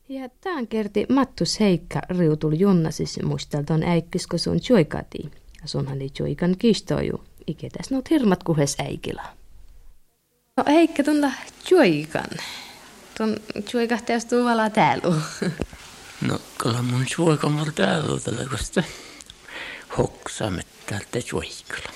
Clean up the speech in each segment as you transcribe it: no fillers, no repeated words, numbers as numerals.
Ja tämän kerti Mattus Heikka riutul junnasis muistelton äikkyskö sun joikati. Sunhan ei joikan kistoju. Iketäs nout hirmat kuhes äikila. No Heikka tunla joikan. Tun joikahtajas tuu vala täälu. No kyllä mun joikan vala täälu tällä kosta hoksaamme täältä joikalla.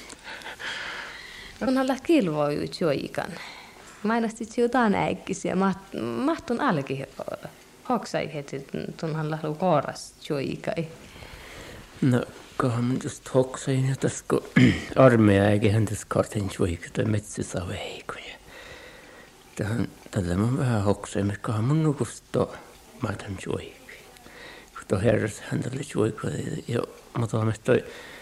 Tunhan läht kilvoju joikan. Mainostit jotain äikkisiä. Mahtun alki hoksai heti tunhan lahlu kooras joikai. No kohan mun just hoksain ja tässä kun armeija eiköhän tässä kartin joika tai metsässä veikoja. Tällä mun vähän hoksain, mutta kohan mun nukusta matan joika. Kun tuo herras hän tälle joika ja mutta on toi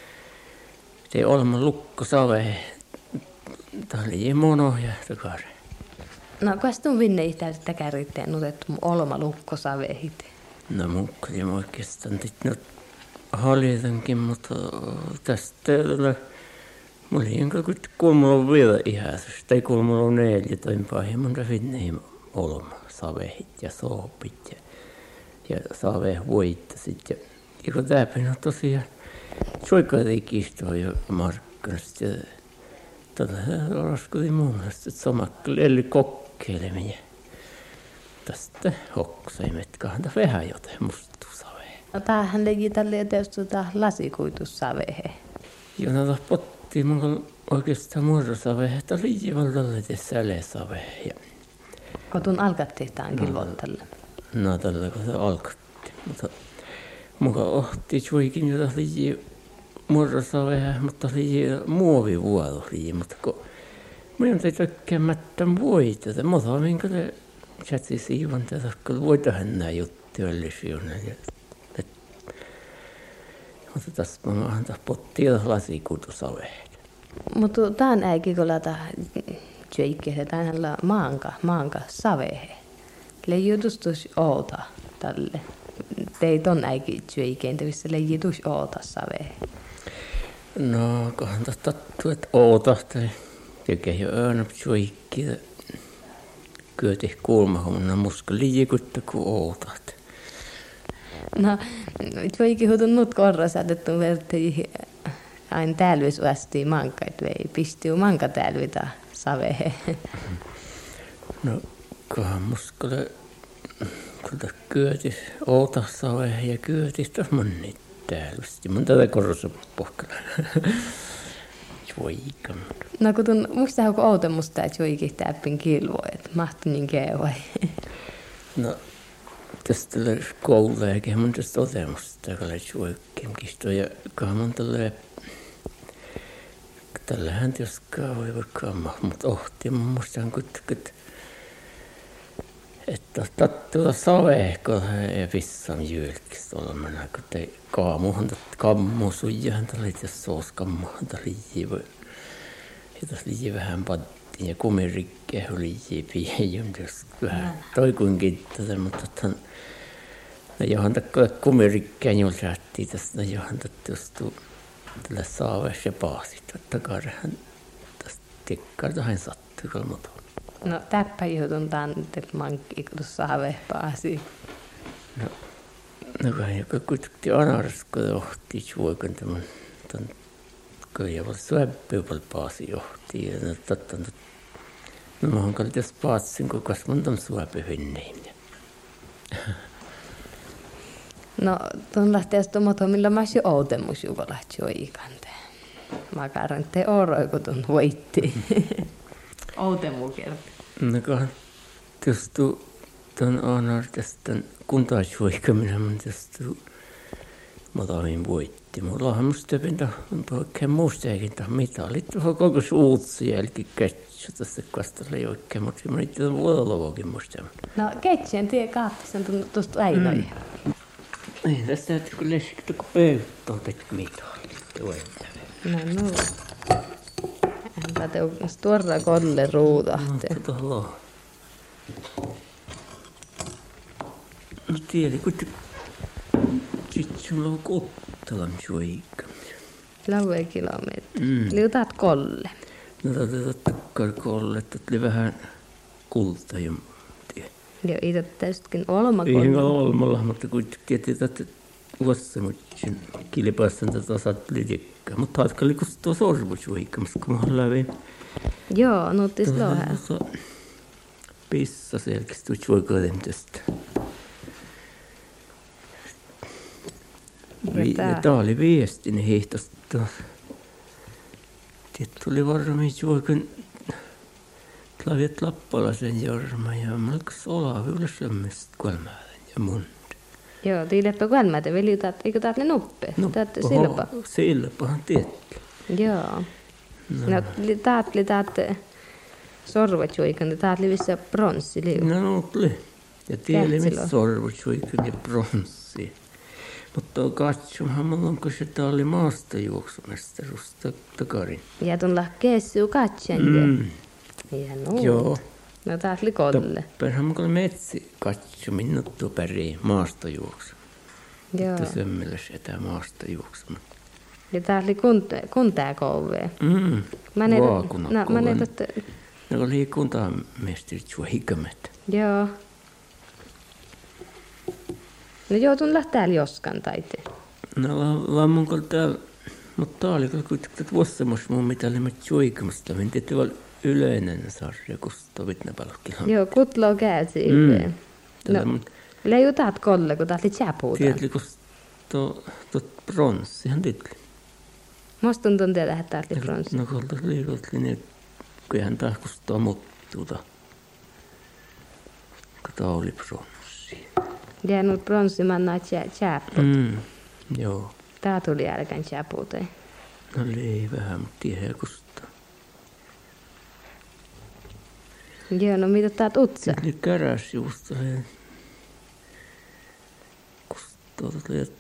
ei olema lukko save. Tämä oli mono ja takar. No kas tuun vinne ihtäältä kärritteen nutettu mun olma lukko savehit. No mukkeli mä oikeastaan nyt haljetankin, mutta tästä mulla ei enkä kulmulla on vielä ihäisys. Tai kulmulla on 4 toimpaa ja mun vinne olma savehit ja soopit ja savevoittasit. Ja kun tääpäin on tosiaan soikkaatikistoa jo markkanasta ja tällä raskudi muun muassa, että samakkeli eli kokkeileminen. Tästä hoksaimetkahan tämä vähän jotain mustuu savee. No tämähän legi tälleen tietysti lasikuitussavee. Joo, no pottiin mun oikeastaan murrosavee, että oli jivan tälle säleesavee. Kotun alkatti tämän kilvottella. No tällä kun se alkatti, mutta muka ohti juikin, jota oli murrosavee, mutta oli muovivuoto, mutta kun minun ei tökkäämättä voita, mutta minkä te chatsi siivan tätä, kun voitahan nämä juttuja ellisiuneen. Mutta tässä mä antaa pottia lasikutusaveen. Mutta tämän äikin kun laita tjöikkiä, tämän maanka savee. Leijutustus oota tälle. Teit on äikin tjöikkiä, missä leijutus oota savee. No, kohan tattu, että oota tai tekee jo öönä tjöikkiä. Kyöti kuulmahomna muska liikutta kuin ootat. No, tjöikki hutun nut korras atettu verti aina täälvis västii mankait vei. Pistiu manka täälvitä savee. No, kohan muskalle kulta kyöti oota savee ja kyöti taas monni täälvisti. Mun tätä korrossa pohkana. Joika. No kun musta onko outemusta, että joikin täppin kilvoi, että mahti niin vai? No, tästä kouluäkin mun tästä otemusta, joka oli joikkiimkisto. Ja kohan mun tällähän tioskaan voi vaikka mutta ohti mun muistan kuitenkin, että tattua savehkolla ja vissan jylkistä olemana, kun tei kaamuhan kammu suijahan tällä jos soos kammuhan tällä liivä. Ja tässä liivä vähän pattiin ja kumirikkeä oli pieni, jos vähän toikuinkin tätä, mutta tämän johan takkoa kumirikkeen julsahtiin tästä, johan tattuustuu tällä saavessa ja paasit. Takarahan tästä tikkartahan sattuu kolmoton. No täppä joutun tantel mankki, kun saave paasi. No kai joka kuitenkin anaras, kun ohti juokan tämän kyllä vaan syöppypal paasi johti. Ja no mä oon kalli jos paatsin, kun kasvan tämän syöppyhinnein. No tuon lähtee tuommoista, millä mä olisin outemus, joka lähti jo ikanteen. Mä karran te oroi, kun tuon voitti. Outemu kerta. No kohan tietysti tuon anar tästä kuntaisvoikaminen, mun tietysti mä toimin voitti. Mullahan musta pinta oikein muusta eikin tähän mitään. Liittyy koko suutsi jälki ketju tässä kastalla ei oikein, mutta mä niitä on vuodolovokin musta. No ketsien tie kaappisen tuosta äinoi. Niin, tästä täytyy kun leskittä kun pöyttä on tehty mitään. No. Enpä te tuoda kolle ruudahte. No, tuolla. No tiedä, kun sitten sulla on Kottalan joika. Laue kilometri. Liutat kolle. No takkar kolle, että oli vähän kulta jo. Ja itse täystäkin olma Ihan olmalla, mutta kuitenkin tietysti, että vuossa mutsin kilpaisen tätä satteli tekkaa. Mutta hatkali kun tuo sorvus vaikkamassa, kun mä lävin. Joo, no tis lohaa. Pissa selkeästi tuossa voikaan tästä. Ja tää oli viestini hiihtosta. Tiet tuli varmaan juokan laviat Lappalaisen Jorma ja melkein olaa ylösemmistä kuolmääden ja mun. Joo, tiileppä kuolmääden veli, eikö taat ne nuppe? Taat silpa? Silpahan tietty. Joo. No taat sorvat juokan, niin taat livissä bronssi liu. No tuli. Ja tiedämme sorvat juokan ja bronssi. Mutta katsomahan mulla onko se tää oli maastajuoksumestaruus takarin. Ja tuolla keessuu katsen. Ja no. Joo. No taas likolle. Perhän mulla metsi katso minut tuo päriin maastajuoksu. Joo. Että sömmillä se tää maastajuoksuma. Ja taas oli kuntaa kouvee. Vaakuna kouvee. Ne oli kuntamestarit juohikamet. Joo. No joutun täällä joskaan taite. No lammunkol täällä, mutta tää oli kuitenkin vuossamus mun mitä oli mä juoikamasta. Mä tietysti oli yleinen sarja, kun stovit ne palkkilaan. Joo, kutloo käysi. No, leijutaat kolle, kun taas oli tjäpuuta. Tiedätkö, kun tuot pronssihan titli. Musta tuntuu tehdä, että taas oli pronssi. No kun tuossa liikotli, niin kyllähän tahkustaa muttuuta. Kun tää oli pronssi. Ja nyt pronssi mannaa tjäput. Joo. Tää tuli jälkeen tjäpuuteen. No ei vähän, mutta tiedä kustaa. Joo, no mitä taat utsa? Eli käräs just se. Kustaa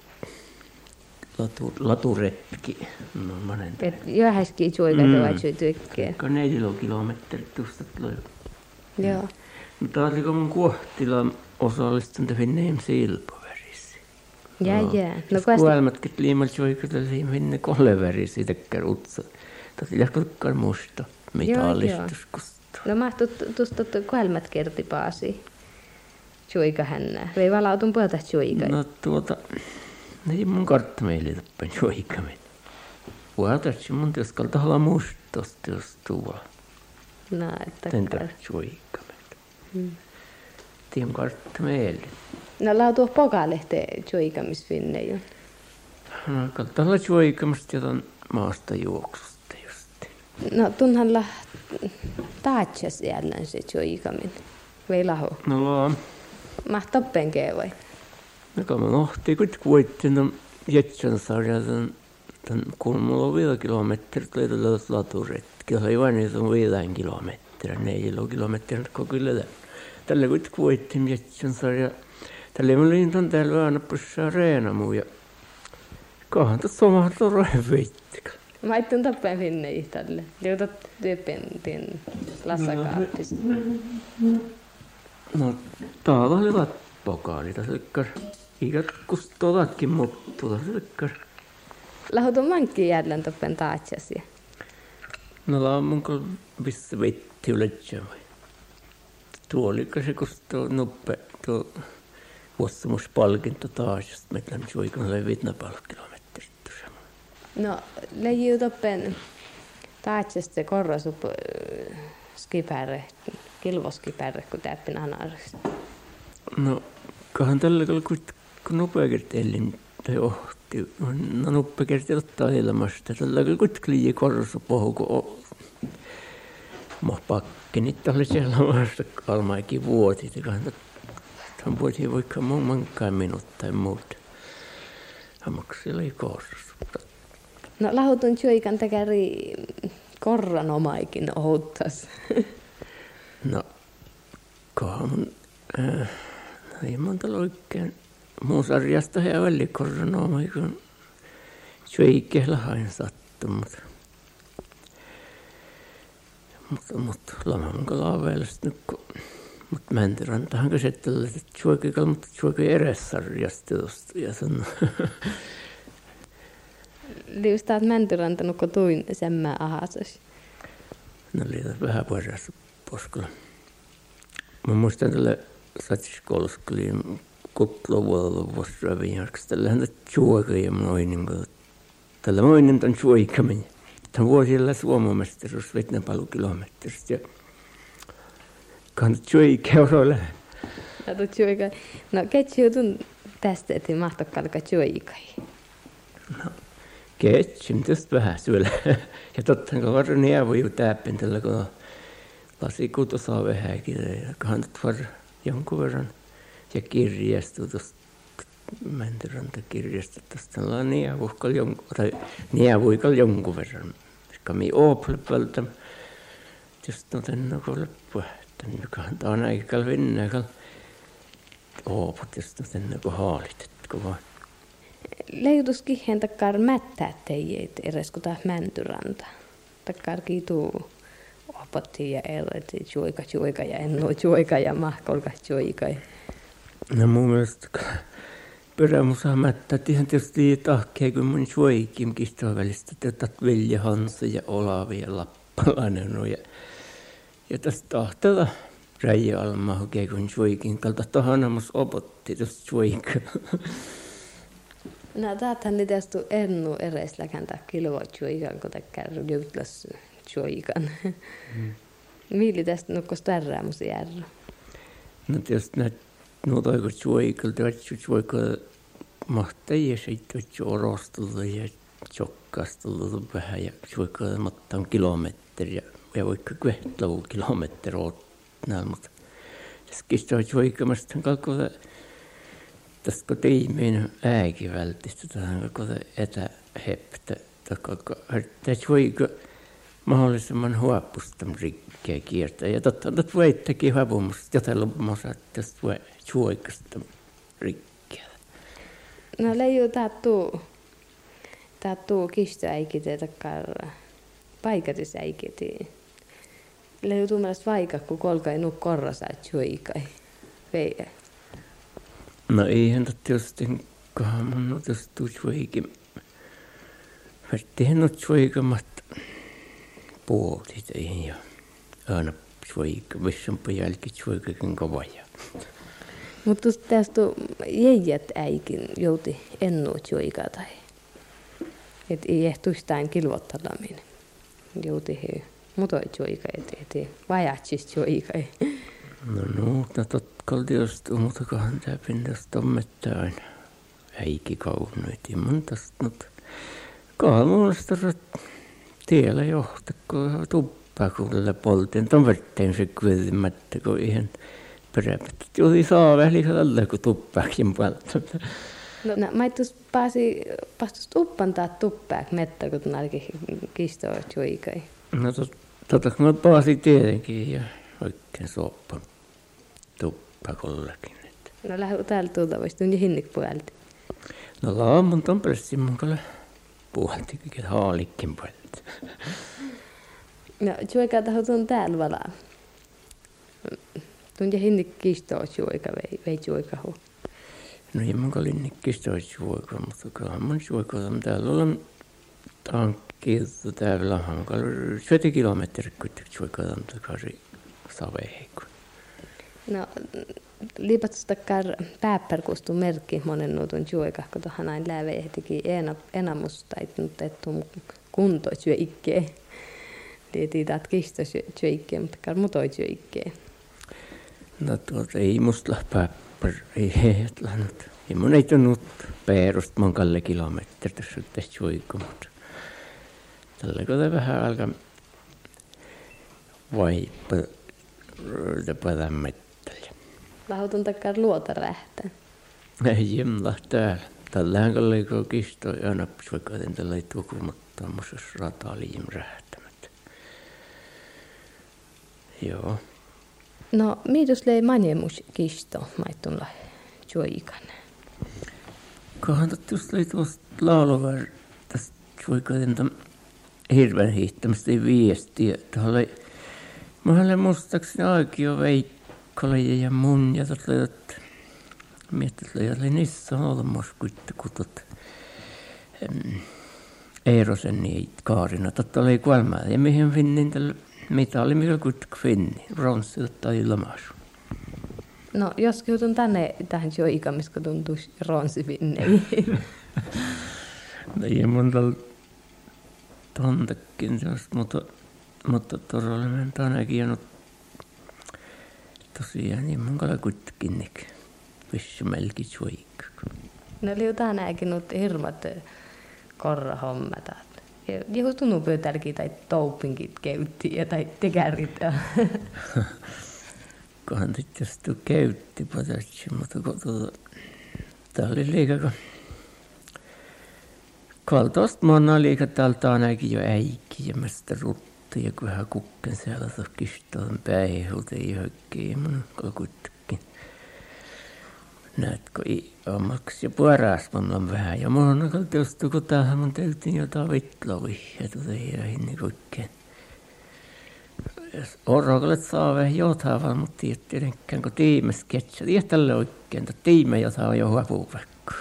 laturetki. No manen. Et johäskin juoikaita vai juoi tykkää. 4 kilometrit tuosta tulee. Joo. Mutta oliko mun Kuohtila osallistunut Finneim silpovärisi? Jää. No kuelmatkin liimalta joikata Finne kollevärisi tekkär utsa. Tässä jatkotkkaan musta metallistus kustaa. No mahtuu tuosta kuelmat kerti paasi. Juoika hännää. Vei valautun puolta juoika. No ei mun kartta meille tappaan juoikamme. Vuotatsi mun tieskalta olla mustosta jos tuolla. No, että Tentär juoikamme. Tiem kartta meille. No lautua pokalehte juoikamisfinne jo. No kalta olla juoikamasta jotain maasta juoksusta just. No tunhan taatsas jällään se juoikamin. Vei laho. No laa. Mahtoppeenkee vai? No kun mä nohtiin kuitenkin tämän Jetsän sarjan tämän 3 kilometrit löydellä laturetki. Se ei vain niitä on 5 kilometriä, 4 kilometriä koko ylä. Tällä kuitenkin Jetsän sarja. Tällä mä olin tämän täällä vähän pussaa reenamuun ja kohan tässä on mahdollista roheveittikä. Mä aittun tappeen finne tälle. Joutat tyyppin lassakaappista. No täällä oli pokaali tässä ykkär. Ikä kustotatkin muuttuu tässä ykkär. Lahutun mankkiin jäädään tappeen taatsasia. No laamunko missä veitti yletsä vai? Tuo oliko se kustoo nuppe tuo vuossamuspalkinto taas. Meillä on juikon oli 5 kilometrit. No leijuu tappeen taatsasta se korrasup skipärre, kilvoskipärre, kun täppin anarista. No kohan tällä kun nopea kerteellin tai ohti. No nopea kerti ottaa ilmasta. Tällä kun kuitenkin korsupohu, kun mä pakkenit oli siellä vasta kalmaikin vuotit. Hän voisi vaikka mankaan minut tai muuta. Hammaksella ei korsu. No lahutun juikan tekäri korranomaikin ohuttas. No kohan ei monta oikein. Muun sarjasta he väli korranomaikin juikkeella hain sattumat. Mutta lamanka laaveellista nyt kun mutta Mäntyrantahan käsittää, että juokikaan, mutta juokin erässarjasta tuosta ja sanoo. Liustaa, että Mäntyranta nukko tuin semmää ahasas. No liitot vähän puolesta poskella. Mä muistan tälle satiskolskliin kutlovuodella vuosia viimeksi. Tällähän juoka ja noin, tällä moinen on juoikaminen. Tämä vuosilla suomamestaruus Vetnäpalukilometristä ja kannat juoikaa oroilla. No, ketjuutun tästä, että mahtokalka juoikai? No, ketjum tästä vähän syöllä. Ja totta, kun varra nievui jo täppin tällä, kun lasikuuta saa vähänkin. Ja kannat varra jonkun verran. Ja kirjastu tuosta Mäntyranta kirjasta tuosta nievuikal jonkun verran. Kami oopplepalta. Just noten kolle puhta. Nykähän taan aikal vinnäkal. Ooput just noten haalitettu vaan. Leijutuskin hen takkar mättää teijät edes kun taas Mäntyranta. Takkar kiituu oopottiin ja erret juoika ja ennu juoika ja mahkolka juoika. No mun mielestä perämusa mättää ihan tietysti tahkea, kun mun juoikin kistaa välistä. Teotat Vilja Hansa ja Olavi ja Lappalainen. Ja tästä tahtella Räijä Alma hokee, kun juoikin. Kalta tahanamus opotti tuosta juoikaa. No täältähän ne tästä ennu edes läkäntä kilvoit juoikan, kun takkar jutlas juoikan. Mieli tästä nukkos tärrää musta järra? No tietysti näet. No toiko juoikalla, juoikalla mahtajia siitä orostulla ja tjokkastulla vähän ja juoikalla mattaan kilometriä ja vaikka kvehtlavu kilometri oot näin, mutta tässä kistää juoikamasta kalkoa tästä kun tiimeen ääkivältistä tähän kalkoa etäheptä kalkoa harjoittaa juoika mahdollisimman huopustam rikkeä kiertää ja totta voittakin huopumusta jotain lopumosa tästä voi juoikasta rikkeä. No leiju taattuu kistoäikite takkar paikatisäikite. Leiju tuomalaista vaikka kun kolkai nuuk korrasaat juoikai. Vei. No eihän tätä tietysti kahamon no tästä juoikin. Verttihän nyt juoikamatta puolit eihin ja aina juoika. Vissampa jälkeen juoikakin kovaja. Mutta tästä jäijät äikin jouti ennuut juoikaa tai. Et ei ehtuistaan kilvottalaminen. Jouti he mutoit juoikaa, et vajatsist juoikaa. No totkalti just muutakohan tää pindas tommettaa aina. Äiki kaunoit ja mun tästä nyt. Kaamuolesta tiellä johtaa, kun tuppakulle poltin. Ton verteen se kylmättä, kun ihan peräpättä. Juuri saa välissä kun tuppaakin paljon. No maittus pastus uppantaa tuppääk mettä, kun nälki kistoo juikai. No kun mä paasin tietenkin ja oikein soppa tuppakullakin. No lähde täältä tulta, vois tunnin hinnik puolta. No laamun ton pressin mun kalle puoltikin haalikin puolta. No juikaa taho tuon täällä valaa. Tunnin hinnik kistoo juika vei juikahu. No ei mun kallinnikista olisi juokaa, mutta kyllähän mun juokaa. Täällä on tankkiilta täällä on 7 kilometriä kuitenkin juokaa takaisin saveheikko. No liipatustakkar pääpärkustu merkki monen nuutun juokaa, kun tuohan aina lävehtikin enamusta, että tuon kunto juoikkeen. Liitii taat kista juoikkeen, mutta kar mutoi juoikkeen. No ei musta pääppär, ei heetlannut. Ei mun ei tunnut perusta monkalle kilometriä tässä juoikko, mutta tällä kun vähän alkaa vaipata mettällä. Lahutun takkar luota rähtää. Ei jemla täällä. Tällähän kalleiko kistoi aina juoikaten tällä ei tukumatta tämmöisessä rataliin rähtämättä. Joo. No, miidus lei manjemus kisto maittunla juoikan? Kohan just lei tuosta lauluvar tästä juoikaten tämän hirveän hiihtämistä viestiä. Mä olen muistaakseni Aikio Veikkola ja mun ja miettii, että niissä on olemassa kuitenkin Eerosen niitä Kaarina. Totta oli kuolmaa ja mihin finnin tällä mitali, mikä kuitenkin finni. Ronssilta tai ilmaisu. No, jos joutun tänne tähän joikamis, kun tuntuu ronsivinneen. No ei monta tontakin sellaista, mutta todella mentä ainakin ja no tosiaan niin mun kala kuitenkin niin pysy melkein joikka. No liutaan äkin nyt hirmat korrahommat. Joku tuntuu pöytälläkin tai toupinkit käytti tai tekärit. Kohan tietysti käytti patatsi, mutta tää oli liikaa. Kaltoista monna liikaa täältä ainakin jo äikki ja mästä rutti ja kun hän kukken siellä kistaan päihulta ei hökkiä mun kuitenkin. Näetkö ommaksi ja puoras on vähän ja mun on kaltoista kun tähän mun täytin jotain vitlovi ja heihin niin oikein. Orokalet saa vähän jotain, mutta tietenkään kun tiimes ketsä. Tiedätkö oikein, että tiime jotain jo huopuuvaikka.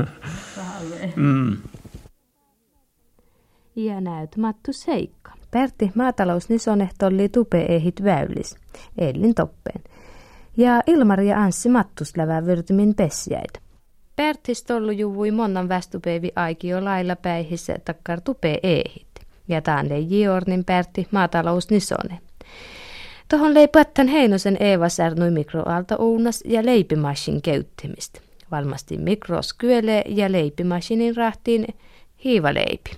Ja näyt Mattu Seikka. Pertti maatalousnisone tolli tupee-ehit väylis. Ellin toppeen. Ja Ilmari ja Anssi Mattuslävää vyrtymin pessiäid. Perttis tollu juvui monnan västupeivi aikio lailla päihissä takkar tupee-ehit. Ja taanle Jiornin Pertti maatalousnisone. Tohon lei Pättän Heinosen Eeva särnui mikroaalta uunas ja leipimassin käyttämistä. Valmasti mikroskyöle ja leipimassinin rahtiin hiivaleipi.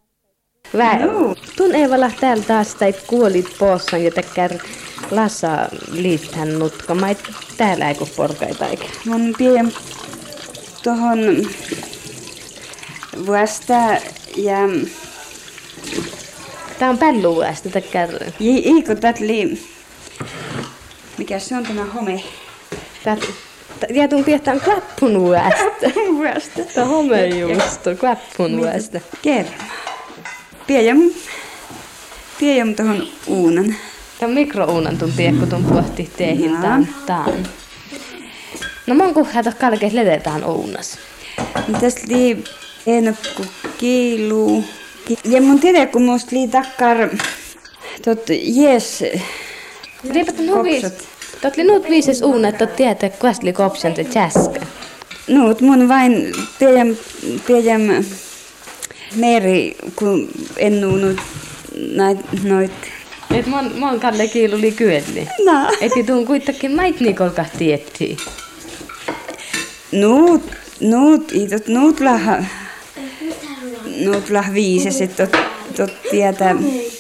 Tun Eeva täällä taas tai kuolit poossan ja täkkär lassa liittän nutka. Mä täällä eikö porkaita eikä? Mun pien tohon vuosta ja... Tää on pälluvuosta täkkär. Iiko tätli... Mikä se on tämä home? Ja tuun piettään klappun vuosta. Vuosta. Tää home juusto, klappun vuosta. Kerma. Piejam tohon uunan. Tää on mikrouunan tuun piekku tuun pohti teihin taan. No mon kuhhata kalkeis ledetään uunas. Tästä lii enokku kiilu. Ja mun tiedä, kun musta lii takkar tot jees kopsot. Tot li nuut viises uuna, että tietää, kuast li kopsen te tjäskä. Nuut mun vain piejam meri, kun en nuunut noit. Et mon kalle kiilu li kyelli. No. Eti tuun kuitenkin mait nikolka tiettii. Nuut lah viises, että tot tietää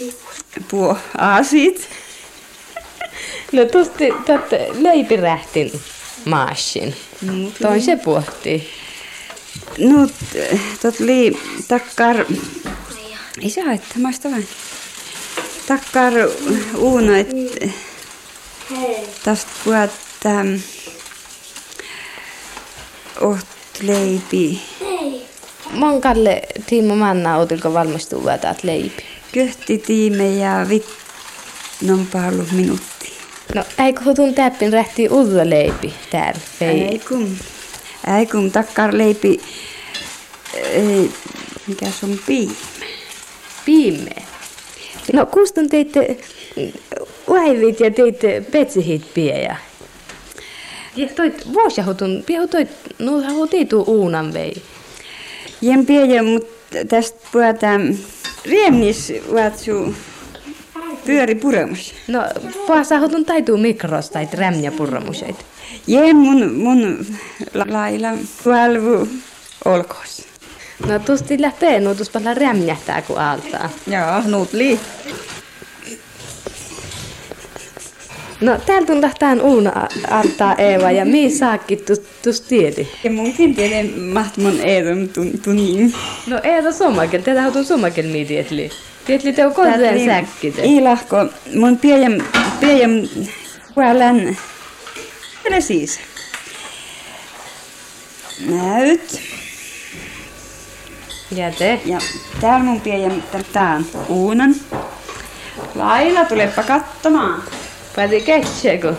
aasit. No tuosti leipirähtin maassin. Toin se pohti. Tot lii takkar... Ei se haittaa, maista vain. Takkar uunoit. Tästä puhutaan oht leipi. Mon kalle Tiimo Manna outilko valmistuu vätät leipi? Köhti tiime ja nompaalu minuutti. No eikö tuun täppin rähti uudella leipi täällä? Ei kun takkar leipi. Mikä se on piime? Piime? No kustun teitte uäivit ja teitte petsihit piejä. Ja toit vuosjahutun, toit nuuhahu teitu uunan vei. Jen piejä, mutta tästä puhutaan riemnis vaatsu pyöri puremus. No puhasahutun taituu mikros tai rämjä purramuseit. Jen mun lailla valvu olkoos. No tuosti lähtee nuutus paljon rämjähtää kuin aaltaa. Joo, nuut lii. No täällä tuntahtään uuna antaa Eeva ja mii saakki tuus tieti. Ja munkin tiedän maht mun Eedon tunnin. No Eeda somakel, tätä hautun somakel mii tietli. Tietli teo kolteen säkkite. Ilahko, mun piejam huolän. Tele siis. Näyt. Ja te? Ja täällä mun piejam tään uunan. Laila, tulepa katsomaan. Pääti ketseekö?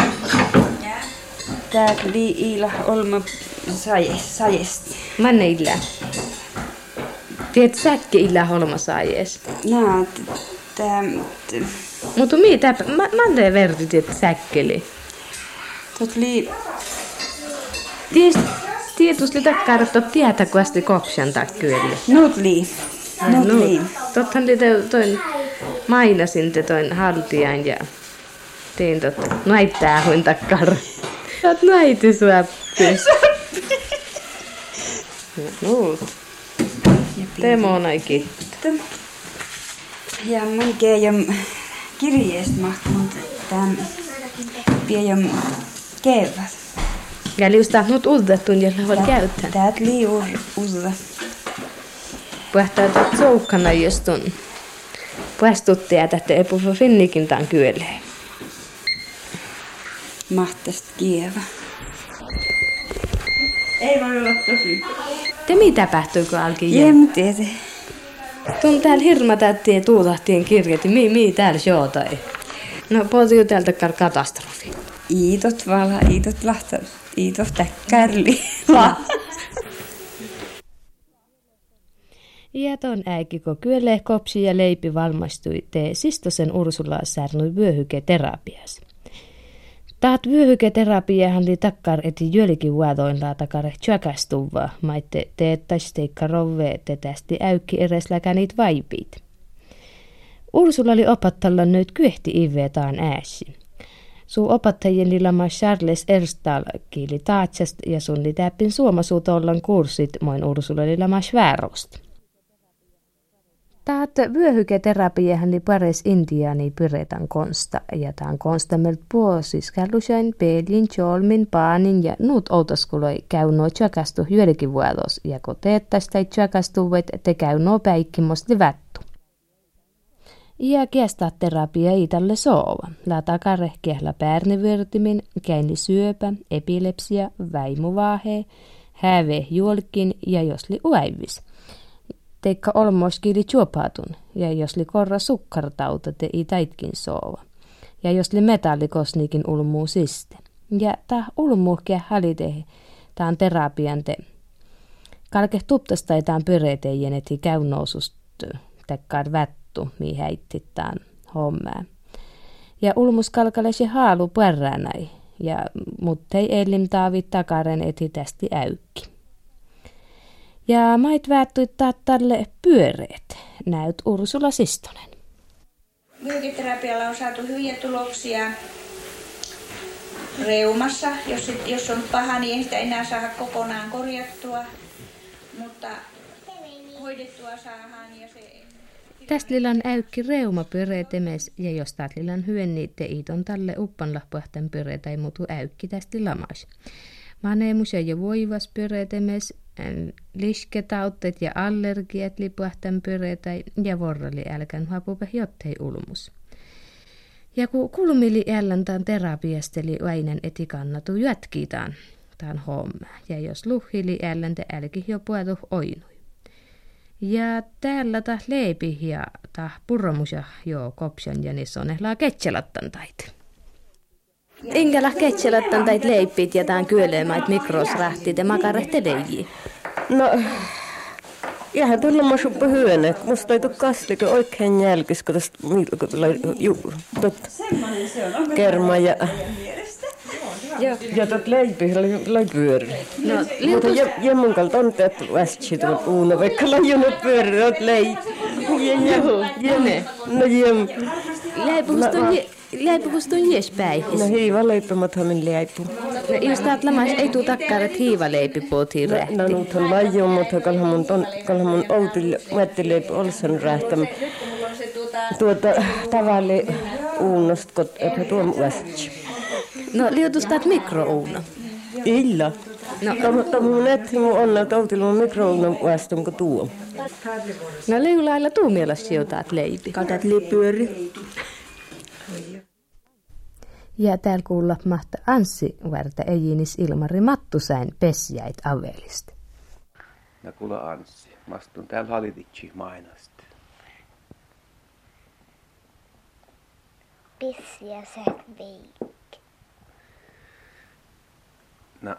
Täällä Iila Olma sajesti. Mä niillä. Tiet säkki illa holma sajes. No, Mutta mitä? Mä teen verti tiet säkkeli. Tietysti takkaarottaa tietä, kun asti kopsan takkyölle. Nutli. Tottahan toin mainasin te toin haltijan ja tein näittää huin takkaar. Oot näiti suäppis. No. Temo näikin. Ja mun keijom kirjeestä mahtunut tämän piejom kevät. Ja liustaa nyt uudetun, jolla voi käyttää. Täät liiur uudella. Puhtaa tuot soukkana jostun. Puhastutti ja tätä ei puhu finnikin tämän kyöleen. Mahtast kieva. Ei voi olla tosi. Te mitä tapahtui, kun alki Jemteete. Tuon täällä hirmatättien tuutahtien kirjat, mii täällä shootai. No, puhutin täältä katastrofi. Iitot vala, iitot lahta, iitot täkkärli. Ja ton äikiko kyölle kopsi ja leipi valmistui te Sistosen Ursula särnui vyöhyketerapias. Taat vyöhyketerapiahan li takkar eti jölki vuodoinla takare tjakastuva, maitte teettasteikka rove te tästi äykki eresläkä niit vaipit. Ursula oli opattalla nyt kyehti ivetaan ääsi. Suu opattajien lilama Charles Erstal kiili taatsast ja sun li täppin suomasuutollan kurssit moin Ursula lilama Svärost. Taat vyöhyketerapiahan li pares Intiani pyretän konsta ja taan konsta melt puosis kallusain pelin, cholmin, paanin ja nuut outaskuloi käynoo tjakastu hyölikin vuodos ja kun teettästä tjakastuvet te käynoo päikkimosti vättu. Ja kestää terapia italle soova. Latakare kehla päärnivirtimin, käynni syöpä, epilepsia, väimuvaahe, häve juolkin ja josli uäivis. Teikka olmoiskili juopaatun ja josli korra sukkartauta te itaitkin soova. Ja josli metallikosnikin ulmuu siste. Ja tää ulmuuhkia halitehe, taan terapian te. Kalke tuptastaitaan pyretejen eti käynnousust tekkaar vättu, mii häittitään hommaa. Ja ulmus kalkalesi haalu pärränäi, ja muttei elim taavit takaren eti tästi äykki. Ja mait väättuittaa tälle pyöreet, näyt Ursula Sistonen. Vyöhyketerapialla on saatu hyviä tuloksia reumassa. Jos on paha, niin ei sitä enää saada kokonaan korjattua, mutta hoidettua saadaan ja se... Tästä lilan äykki reuma pyöreetemes ja jos taat lilan hyön niitte iiton tälle uppanlahpuahten pyöreetä ei muutu äykki tästä lamas. Maneemus ja voivas pyöreetemes, lisketautteet ja allergiat lipuahten pyöreetä ja vorrali älkän hapupe jottei ulmus. Ja kun kulmili älläntaan terapiasteli väinen eti kannatu jätkitaan taan homma ja jos luhili älläntä älki jo puetu oinui. Ja täällä tah leipi ja tah purromusa jo kopsan ja niissä on ehlaa ketselattan tait. Inkälah ketselattan tait leipit ja taan kyölemait mikrosrahtit ja makarehteleji. No, ihan tulla mä suppa hyöne. Musta ei tuu kasliko oikein jälkis, kun tästä kerma ja... Ja tot leipi lai pyöri. No, mutta jemmun kalta on teet västsi tuot uuna, vaikka lajunut pyöri, oot leipi. Jemme. No jem. Leipukusta on jespäihis. No hiiva leipimathan min leipu. No just taat lamas ei tuu takkar, et hiiva leipi puhutiin rähti. No nyt on lajun, mutta kalhan mun outil mättileipi olsen rähtäm. Tavalli uunost, kun epä tuon västsi. No liutus taat mikrouuna. Illa. No. Mun etti mun onna tautilla mun mikrouunan väestön kun tuo. No liulailla tuu mielessä jotaat leipi. Katat liipyöri. Ja täällä kuulla mahta Anssi värtä ejinis Ilmari Mattusäin pesjäit avelista. No kuule Anssi, mastun täällä halititsi mainasti. Pesjä sä veik. No,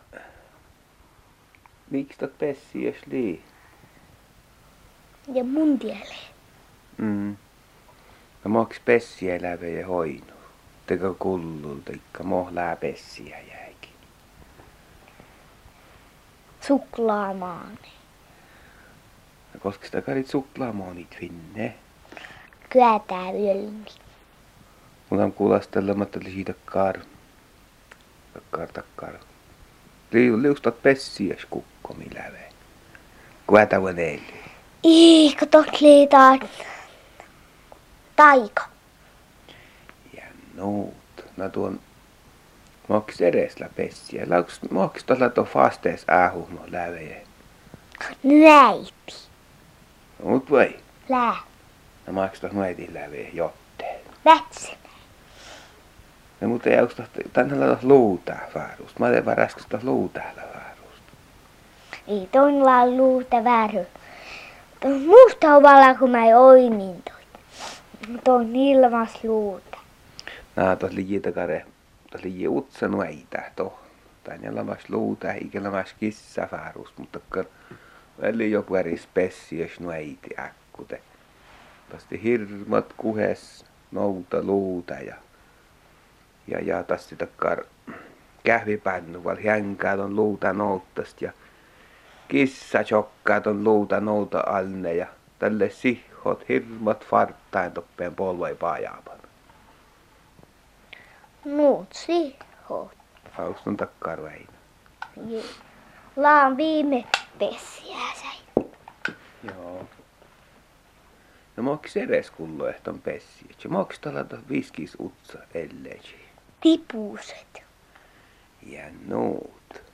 miksi tot pessiäs lii? Ja mun tielle. No maks pessiä läpi ja hoinu. Teka kullulta, ikka moh lää pessiä jäi. Suklaamaani. Koska sitä karit suklaamoonit finne. Kyätää yölmi. Mulla on kuulostelematta siitä takkar. Liustat pessiäs kukkomi läve. Kuätä vaneille. Iiko tot liitaa taika. Ja nuut. No tuon moks edeslä pessiä. Moks tuolla tuon fastees ähuhmo läve. Nyäipi. Mut voi. Lää. No maks tuossa noitin läve jotteen. Vätsi. No mutta ei onks tänne tuossa luutaa vaarusta. Mä olen vaan raskas tuossa luutäällä vaarusta. Ei toinilla luuta väärä. Musta on vala kun mä oinin toit. Toin ilmas luuta. Nää tuossa liji takare. Tuossa liji utsa noita toh. Tänne lamas luuta eikä lamas kissa vaarusta. Mutta väli joku eris pessiäs noiti äkkute. Tästä hirmat kuhes nouta luuta ja tästä takkar kähvipänny val hänkää ton luuta nouttast ja kissa chokkaa ton luuta nouta alne ja tälle sihhot hirmat farttain toppeen polvoi pajaapan. Nuut sihot. Hauston takkar väinä. Laan viime pessiäsä. Joo. No moks edes kullo ehton pessiä. Moks talata viskis utsa elleji. Tipuset. Ja nuut.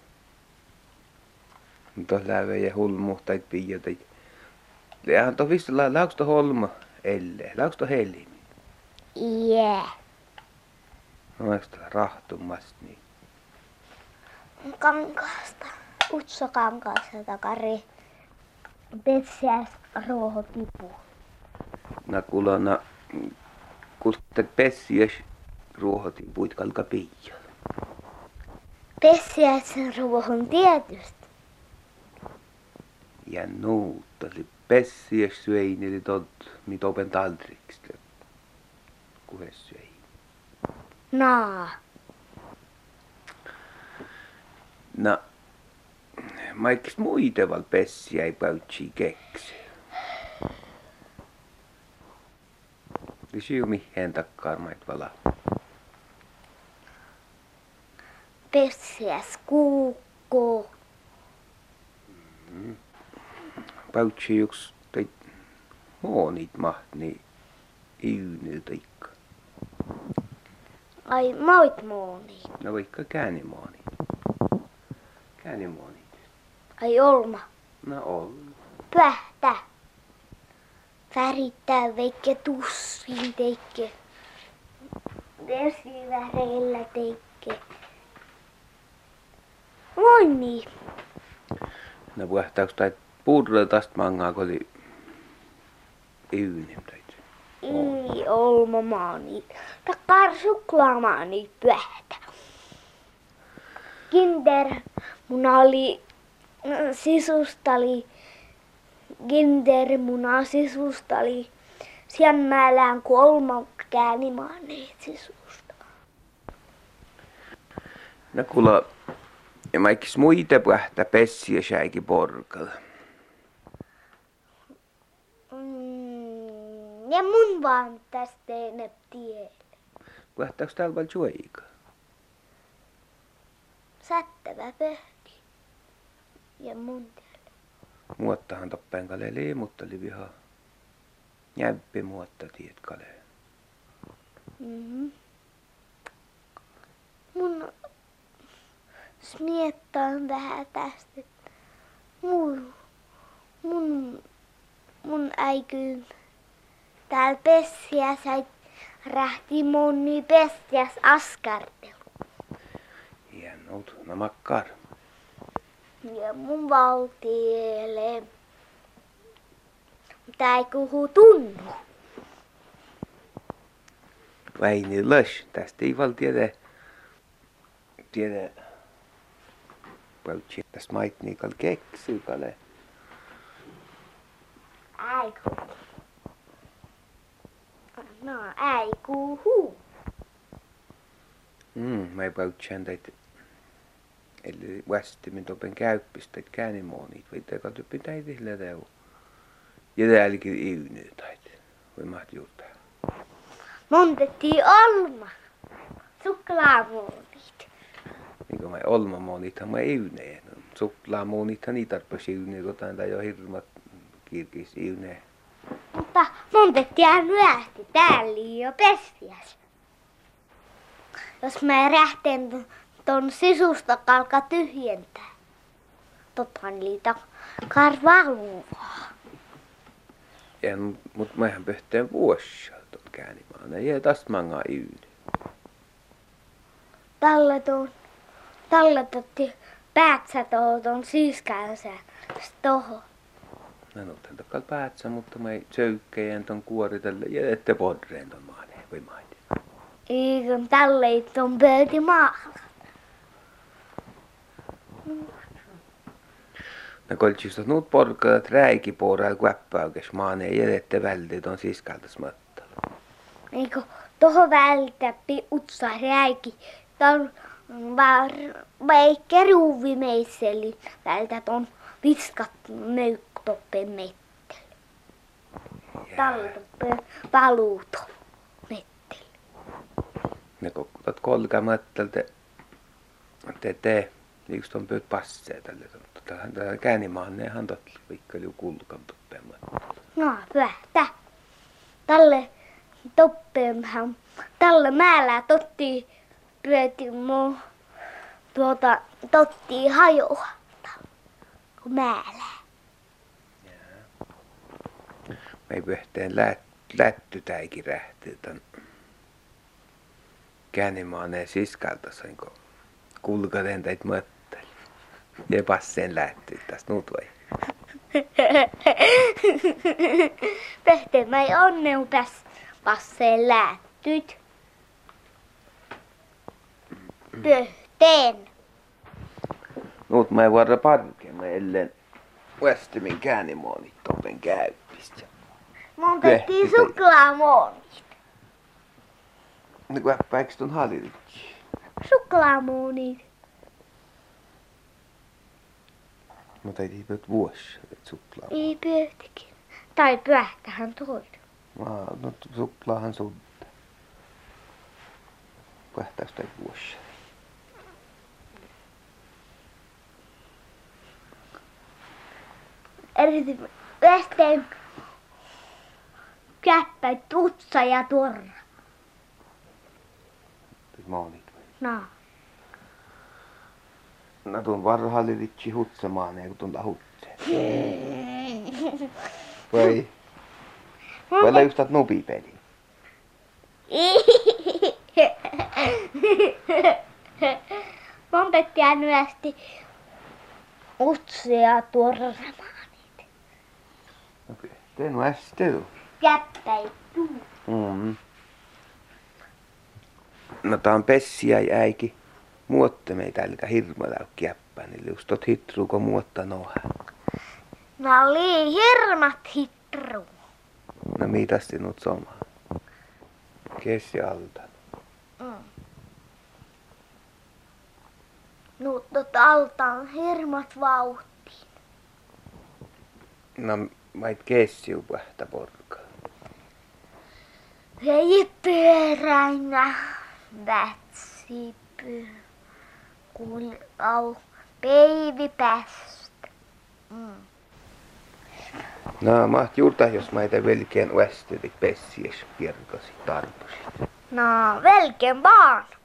Tuossa läve ja hulmuhtait piiotait. Lehän to vissi lauks to holma elle. Lauks to helimi. Jää. No eiks to rahtumast niin. Kankaasta. Utsa kankaasta takari. Pessiäs ruoho tipu. Na kulona kustet pessiäs ruohoti puit kalka piial. Pessiäs ruohon tietysti. Ja nuut oli pessiäs syöin eli tot mit open taldriks. Kuhes syöin. Naa. No, maiks muiteval pessiä ei päytsi keksi. Kysyy mihin takkaan mait vala. Pessiäs kuukko. Päytsi juks teit moonit mahni iyniltaikka. Ai moit mooni. No vaikka käänimooni. Käänimooni. Ai olma. No on. Pähtä. Värittää veikke tussiin teikke. Vesiväreillä teikke. Noin niin. No puhtauks tai puudella tästä mangaa kun oli yynim teit. Ei olma maani. Takkar suklaamaani pähtä. Kinder. Mun oli sisustali. Kindermuna sisustali. Siemmäälään kolma käänimaaneet sisusta. No kuule, ja maikis muita puhta pessiä säikin porkalla. Ja mun vaan tästä enää tiedä. Puhtauks täällä paljon juoika? Sättävä pöhki. Ja mun tiedä. Muottahan toppeen kale liimutta oli viha. Jämppi muotta tiet kale. Mun smiettaan vähän tästä. Mun äiky täällä pessiä sai rähti moni pessiäs askartelu. Hienot, no makkar. Ja mun valtielee. Mutta ei kuhu tunnu. Väini lös, tästä ei val tiedä päutsi, tästä maitniikal keksy kale. Ei kuhu. No ei kuhu. Mä ei päutsään teit Eli vastimin topen käyppistä, että käänimoonit, vai teka typpi täitillä teu. Ja täälläkin iynyytäit, voi maht juurtaa. Montettiin olma. Suklaamuonit. Niin kuin mä olmamoonithan mä iyneen. Suklaamoonithan ei tarpeeksi iyneen, kun tämän jo hirmat kirkis iyneen. Mutta montettiin myöhästi. Täällä jo pestiäs. Jos mä rähteen ton sisusta kalka tyhjentää. Tottahan liitä karvaluvaa. Mut mähän pöhteen vuosia ton käänimaan. Ja jää taas mangaa iyneen. Talletutti päätsä ton siskänsä tohon. Mä en otan takkal päätsä, mutta mä söykkäjän ton kuoritelle ja ette podreen ton maaneen voi maiti. Eikön tälle ton pöyti maalla. Mä koltsis nuut porkkaat räikipuoraa kuäppäykes maaneen ja ette välti ton siskaltas mattalla. Eikö tohon vältäppi utsa räiki. Ton vaikka ruuvi meisseli vältä ton viskat möyktoppen metteli. Taltoppen valuuto metteli. Ne kokkutat kolka mattalta te liiks ton pöyt passee tälle. Tähän käänimaanneenhan totli vaikka liu kulkan toppen mattalla. No vähtä. Talle toppeenhan. Talle määlää totti pyöti mun totti hajoa. Kun määlää. Mä ei pöhteen lättytäikin rähtii tän käänimaanneen siskalta sain kun kulkaten täit mötteli. Ja passeen lättyy tästä nuut vai. Pöhteen mä ei onneu passeen lättyt. Pöhteen. Nuut mä ei vuorra parkeen, mä ellen västymin käänimoonit toppen käyppistä. Mun tehtiin suklaamoonit. Niin kuin äppäiks ton halilitsi? Suklaamoonit. Mutta ei tiipöt vuosia, et suklaa. Ei pöhtikin. Tai pöhtähän toinen. No suklaahan sudda. Pöhtäis tai vuosia. Erityisesti västeen käppä, tutsa ja torra. Moonit vai? No. No tuon varhallilitsi hutsamaan, kun tuon lahutsee. Vai? Vai läystät nupipeli? Montettiin myösti utsia torramaan niitä. Okei, teen västelu. Käppäittuu. No tää on pessiä ja äiki. Muotte meitä älkä hirmaläykki jäppää, niin just tot hitruu, kun muotta noha. No oli hirmat hitruu. No mitäs sinut somaa? Kessi alta. Nuuttot altaan hirmat vauhtiin. No mait kessiu pähtä porkkaa. Vei pyöräinä vätsipy. Peivi päästä. No maht juurta, jos mä ite velkeen västelit pessies pierkasi tarposit. No velkeen vaan.